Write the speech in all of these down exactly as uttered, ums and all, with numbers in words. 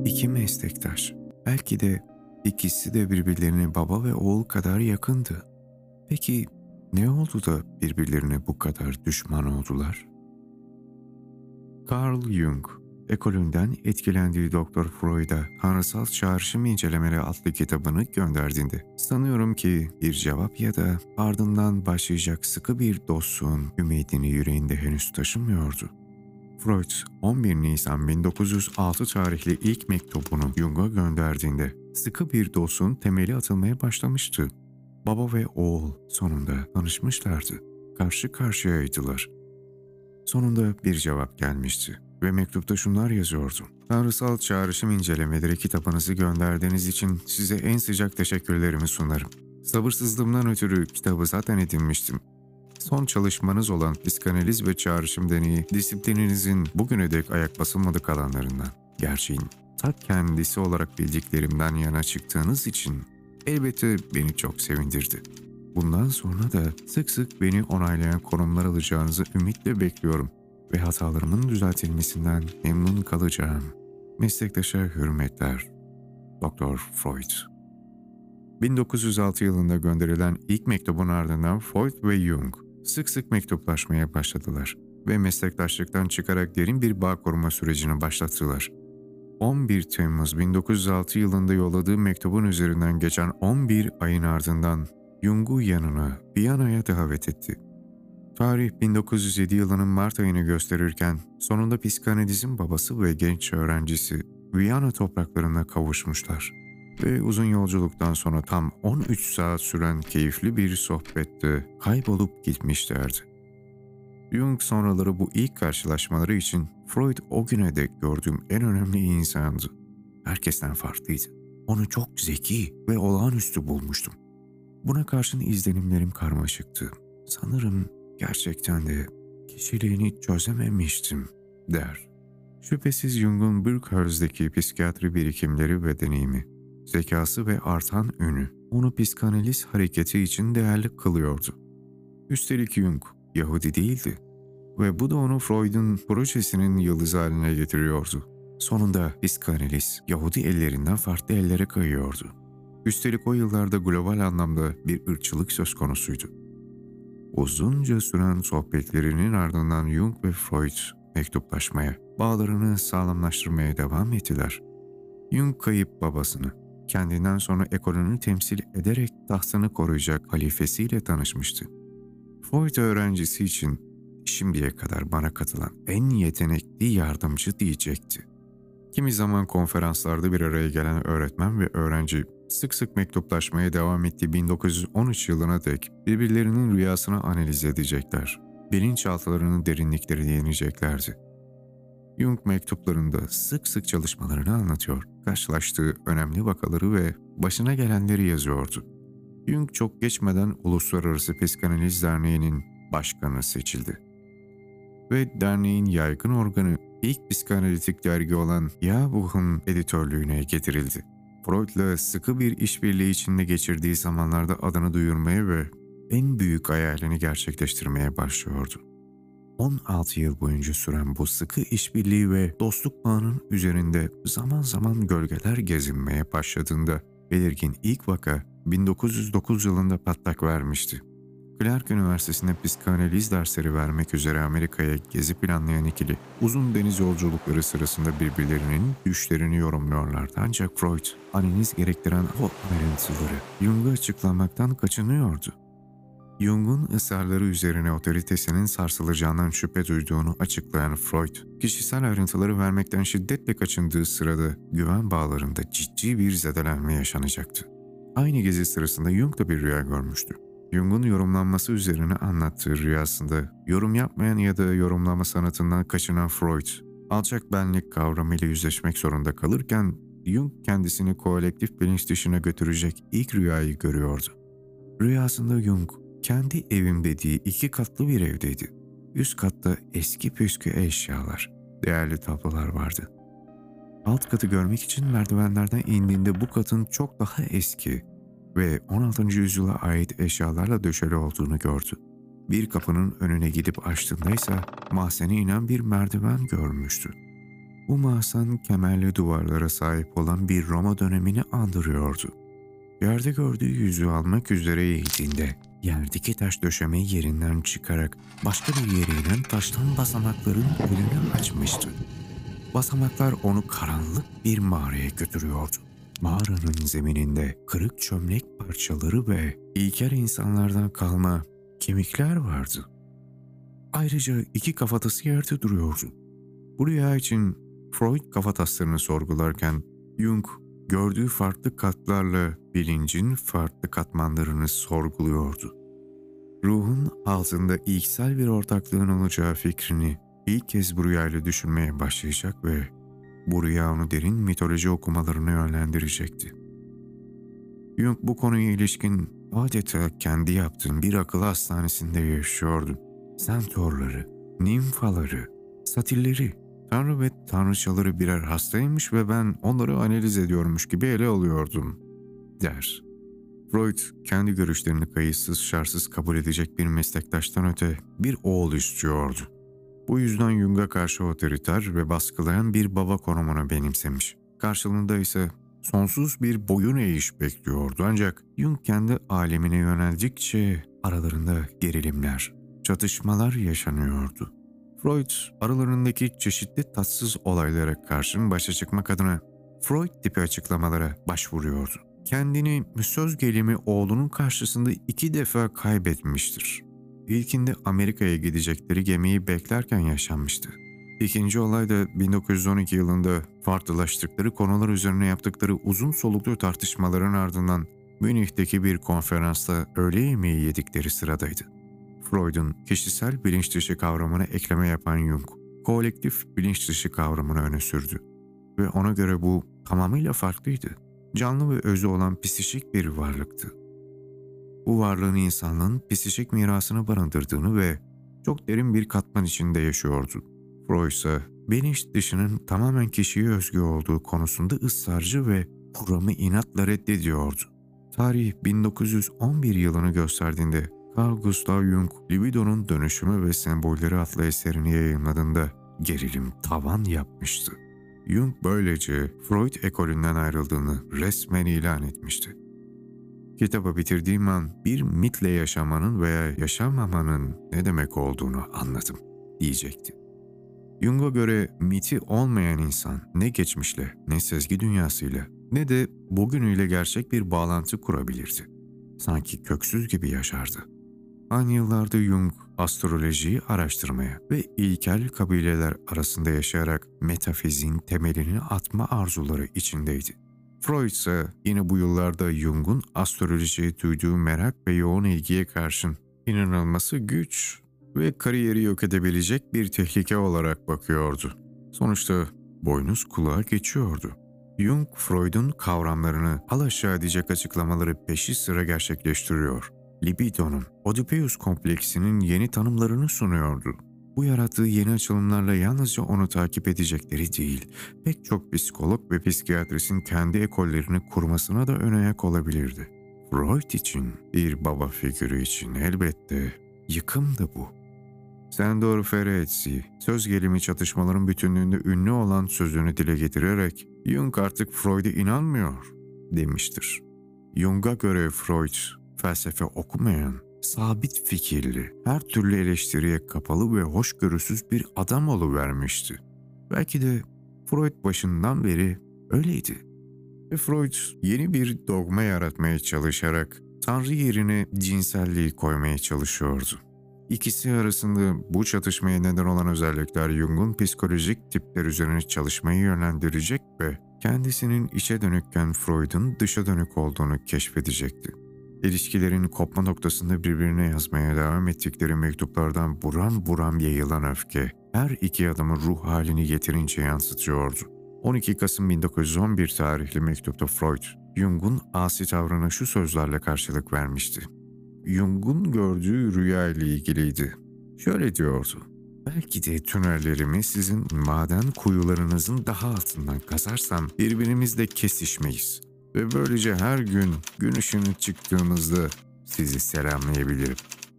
İki meslektaş. Belki de ikisi de birbirlerine baba ve oğul kadar yakındı. Peki ne oldu da birbirlerine bu kadar düşman oldular? Carl Jung, ekolünden etkilendiği Doktor Freud'a Tanrısal Çağrışım İncelemeleri adlı kitabını gönderdiğinde sanıyorum ki bir cevap ya da ardından başlayacak sıkı bir dostluğun ümidini yüreğinde henüz taşımıyordu. Freud, on bir Nisan bin dokuz yüz altı tarihli ilk mektubunu Jung'a gönderdiğinde sıkı bir dostluğun temeli atılmaya başlamıştı. Baba ve oğul sonunda tanışmışlardı. Karşı karşıyaydılar. Sonunda bir cevap gelmişti ve mektupta şunlar yazıyordu. Tanrısal Çağrışım İncelemeleri kitabınızı gönderdiğiniz için size en sıcak teşekkürlerimi sunarım. Sabırsızlığımdan ötürü kitabı zaten edinmiştim. Son çalışmanız olan psikanaliz ve çağrışım deneyi disiplininizin bugüne dek ayak basılmadık alanlarından, gerçeğin ta kendisi olarak bildiklerimden yana çıktığınız için elbette beni çok sevindirdi. Bundan sonra da sık sık beni onaylayan konumlar alacağınızı ümitle bekliyorum ve hatalarımın düzeltilmesinden memnun kalacağım. Meslektaşa hürmetler. Doktor Freud. bin dokuz yüz altı yılında gönderilen ilk mektubun ardından Freud ve Jung sık sık mektuplaşmaya başladılar ve meslektaşlıktan çıkarak derin bir bağ kurma sürecini başlattılar. on bir Temmuz bin dokuz yüz altı yılında yolladığı mektubun üzerinden geçen on bir ayın ardından Jung'u yanına Viyana'ya davet etti. Tarih bin dokuz yüz yedi yılının Mart ayını gösterirken sonunda psikanalizin babası ve genç öğrencisi Viyana topraklarına kavuşmuşlar. Ve uzun yolculuktan sonra tam on üç saat süren keyifli bir sohbette kaybolup gitmişlerdi. Jung sonraları bu ilk karşılaşmaları için Freud o güne dek gördüğüm en önemli insandı. Herkesten farklıydı. Onu çok zeki ve olağanüstü bulmuştum. Buna karşın izlenimlerim karmaşıktı. Sanırım gerçekten de kişiliğini çözememiştim, der. Şüphesiz Jung'un Burghölz'deki psikiyatri birikimleri ve deneyimi, zekası ve artan ünü onu psikanaliz hareketi için değerli kılıyordu. Üstelik Jung Yahudi değildi ve bu da onu Freud'un projesinin yıldızı haline getiriyordu. Sonunda psikanaliz Yahudi ellerinden farklı ellere kayıyordu. Üstelik o yıllarda global anlamda bir ırkçılık söz konusuydu. Uzunca süren sohbetlerinin ardından Jung ve Freud mektuplaşmaya, bağlarını sağlamlaştırmaya devam ettiler. Jung kayıp babasını, kendinden sonra ekolünü temsil ederek tahtını koruyacak halifesiyle tanışmıştı. Freud öğrencisi için şimdiye kadar bana katılan en yetenekli yardımcı diyecekti. Kimi zaman konferanslarda bir araya gelen öğretmen ve öğrenci sık sık mektuplaşmaya devam ettiği bin dokuz yüz on üç yılına dek birbirlerinin rüyasını analiz edecekler. Bilinçaltılarının derinlikleri yeneceklerdi. Jung mektuplarında sık sık çalışmalarını anlatıyor, karşılaştığı önemli vakaları ve başına gelenleri yazıyordu. Jung çok geçmeden Uluslararası Psikanaliz Derneği'nin başkanı seçildi. Ve derneğin yaygın organı ilk psikanalitik dergi olan Jahrbuch'un editörlüğüne getirildi. Freud'la sıkı bir işbirliği içinde geçirdiği zamanlarda adını duyurmaya ve en büyük hayalini gerçekleştirmeye başlıyordu. on altı yıl boyunca süren bu sıkı işbirliği ve dostluk bağının üzerinde zaman zaman gölgeler gezinmeye başladığında belirgin ilk vaka bin dokuz yüz dokuz yılında patlak vermişti. Clark Üniversitesi'nde psikanaliz dersleri vermek üzere Amerika'ya gezi planlayan ikili uzun deniz yolculukları sırasında birbirlerinin düşlerini yorumluyorlardı. Ancak Freud analiz gerektiren o ayrıntıları Jung'a açıklamaktan kaçınıyordu. Jung'un ısrarları üzerine otoritesinin sarsılacağından şüphe duyduğunu açıklayan Freud, kişisel ayrıntıları vermekten şiddetle kaçındığı sırada güven bağlarında ciddi bir zedelenme yaşanacaktı. Aynı gezi sırasında Jung da bir rüya görmüştü. Jung'un yorumlanması üzerine anlattığı rüyasında yorum yapmayan ya da yorumlama sanatından kaçınan Freud, alçak benlik kavramıyla yüzleşmek zorunda kalırken Jung kendisini kolektif bilinç dışına götürecek ilk rüyayı görüyordu. Rüyasında Jung, kendi evim dediği iki katlı bir evdeydi. Üst katta eski püskü eşyalar, değerli tablolar vardı. Alt katı görmek için merdivenlerden indiğinde bu katın çok daha eski ve on altıncı yüzyıla ait eşyalarla döşeli olduğunu gördü. Bir kapının önüne gidip açtığında ise mahzene inen bir merdiven görmüştü. Bu mahzen kemerli duvarlara sahip olan bir Roma dönemini andırıyordu. Yerde gördüğü yüzüğü almak üzere eğildiğinde yerdeki taş döşemeyi yerinden çıkarak başka bir yere inen taştan basamakların önünü açmıştı. Basamaklar onu karanlık bir mağaraya götürüyordu. Mağaranın zemininde kırık çömlek parçaları ve ilkel insanlardan kalma kemikler vardı. Ayrıca iki kafatası yerde duruyordu. Bu rüya için Freud kafataslarını sorgularken Jung gördüğü farklı katlarla bilincin farklı katmanlarını sorguluyordu. Ruhun altında ilksel bir ortaklığın olacağı fikrini ilk kez bu rüyayla düşünmeye başlayacak ve bu rüya onu derin mitoloji okumalarına yönlendirecekti. Jung bu konuya ilişkin adeta kendi yaptığın bir akıl hastanesinde yaşıyordu. Sentorları, nimfaları, satilleri, tanrı ve tanrıçaları birer hastaymış ve ben onları analiz ediyormuş gibi ele alıyordum, der. Freud, kendi görüşlerini kayıtsız şartsız kabul edecek bir meslektaştan öte bir oğul istiyordu. Bu yüzden Jung'a karşı otoriter ve baskılayan bir baba konumunu benimsemiş. Karşılığında ise sonsuz bir boyun eğiş bekliyordu ancak Jung kendi alemine yöneldikçe aralarında gerilimler, çatışmalar yaşanıyordu. Freud aralarındaki çeşitli tatsız olaylara karşın başa çıkmak adına Freud tipi açıklamalara başvuruyordu. Kendini söz gelimi oğlunun karşısında iki defa kaybetmiştir. İlkinde Amerika'ya gidecekleri gemiyi beklerken yaşanmıştı. İkinci olay da bin dokuz yüz on iki yılında farklılaştıkları konular üzerine yaptıkları uzun soluklu tartışmaların ardından Münih'teki bir konferansta öğle yemeği yedikleri sıradaydı. Freud'un kişisel bilinç dışı kavramına ekleme yapan Jung, kolektif bilinç dışı kavramını öne sürdü ve ona göre bu tamamıyla farklıydı. Canlı ve özü olan psikik bir varlıktı. Bu varlığın insanlığın psikik mirasını barındırdığını ve çok derin bir katman içinde yaşıyordu. Freud ise bilinç dışının tamamen kişiye özgü olduğu konusunda ısrarcı ve kuramı inatla reddediyordu. Tarih bin dokuz yüz on bir yılını gösterdiğinde Carl Gustav Jung, Libidonun Dönüşümü ve Sembolleri adlı eserini yayınladığında gerilim tavan yapmıştı. Jung böylece Freud ekolünden ayrıldığını resmen ilan etmişti. Kitabı bitirdiğim an bir mitle yaşamanın veya yaşamamanın ne demek olduğunu anladım diyecekti. Jung'a göre miti olmayan insan ne geçmişle, ne sezgi dünyasıyla, ne de bugünüyle gerçek bir bağlantı kurabilirdi. Sanki köksüz gibi yaşardı. Aynı yıllarda Jung, astrolojiyi araştırmaya ve ilkel kabileler arasında yaşayarak metafizin temelini atma arzuları içindeydi. Freud ise yine bu yıllarda Jung'un astrolojiye duyduğu merak ve yoğun ilgiye karşın inanılması güç ve kariyeri yok edebilecek bir tehlike olarak bakıyordu. Sonuçta boynuz kulağa geçiyordu. Jung, Freud'un kavramlarını alaşağı edecek açıklamaları peşi sıra gerçekleştiriyor. Libidonun, Oedipus kompleksinin yeni tanımlarını sunuyordu. Bu yarattığı yeni açılımlarla yalnızca onu takip edecekleri değil, pek çok psikolog ve psikiyatristin kendi ekollerini kurmasına da ön ayak olabilirdi. Freud için, bir baba figürü için elbette yıkımdı bu. Sandor Ferenczi, söz gelimi çatışmaların bütünlüğünde ünlü olan sözünü dile getirerek Jung artık Freud'a inanmıyor demiştir. Jung'a göre Freud, felsefe okumayan, sabit fikirli, her türlü eleştiriye kapalı ve hoşgörüsüz bir adam oluvermişti. Belki de Freud başından beri öyleydi. Ve Freud yeni bir dogma yaratmaya çalışarak Tanrı yerine cinselliği koymaya çalışıyordu. İkisi arasında bu çatışmaya neden olan özellikler Jung'un psikolojik tipler üzerine çalışmayı yönlendirecek ve kendisinin içe dönükken Freud'un dışa dönük olduğunu keşfedecekti. İlişkilerin kopma noktasında birbirine yazmaya devam ettikleri mektuplardan buram buram yayılan öfke, her iki adamın ruh halini yeterince yansıtıyordu. on iki Kasım bin dokuz yüz on bir tarihli mektupta Freud, Jung'un asi tavrına şu sözlerle karşılık vermişti. Jung'un gördüğü rüya ile ilgiliydi. Şöyle diyordu: "Belki de tünellerimi sizin maden kuyularınızın daha altından kazarsam birbirimizle kesişmeyiz. Ve böylece her gün gün ışığına çıktığımızda sizi selamlayabilirim."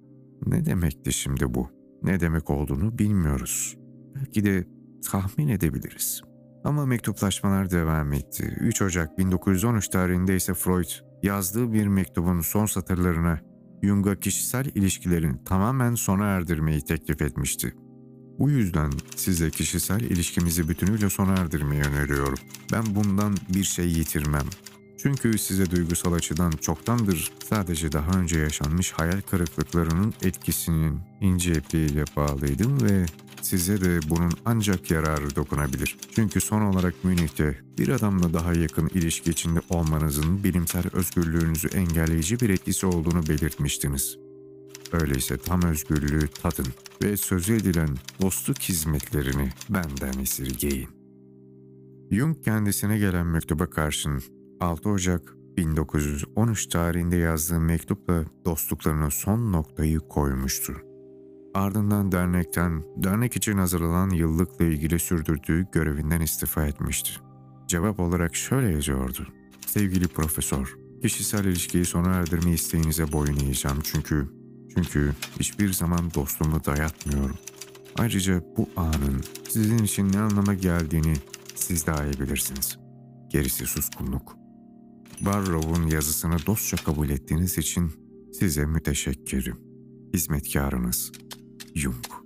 Ne demekti şimdi bu? Ne demek olduğunu bilmiyoruz. Belki de tahmin edebiliriz. Ama mektuplaşmalar devam etti. üç Ocak bin dokuz yüz on üç tarihinde ise Freud yazdığı bir mektubun son satırlarına Jung'a kişisel ilişkilerin tamamen sona erdirmeyi teklif etmişti. Bu yüzden size kişisel ilişkimizi bütünüyle sona erdirmeyi öneriyorum. Ben bundan bir şey yitirmem. Çünkü size duygusal açıdan çoktandır sadece daha önce yaşanmış hayal kırıklıklarının etkisinin ince ipliğiyle bağlıydım ve size de bunun ancak yararı dokunabilir. Çünkü son olarak Münih'te bir adamla daha yakın ilişki içinde olmanızın bilimsel özgürlüğünüzü engelleyici bir etkisi olduğunu belirtmiştiniz. Öyleyse tam özgürlüğü tadın ve sözü edilen dostluk hizmetlerini benden esirgeyin. Jung kendisine gelen mektuba karşın altı Ocak bin dokuz yüz on üç tarihinde yazdığı mektupla dostluklarına son noktayı koymuştu. Ardından dernekten, dernek için hazırlanan yıllıkla ilgili sürdürdüğü görevinden istifa etmişti. Cevap olarak şöyle yazıyordu. Sevgili profesör, kişisel ilişkiyi sona erdirme isteğinize boyun eğeceğim çünkü çünkü hiçbir zaman dostluğumu dayatmıyorum. Ayrıca bu anın sizin için ne anlama geldiğini siz daha iyi bilirsiniz. Gerisi suskunluk. Barrow'un yazısını dostça kabul ettiğiniz için size müteşekkirim. Hizmetkarınız Jung.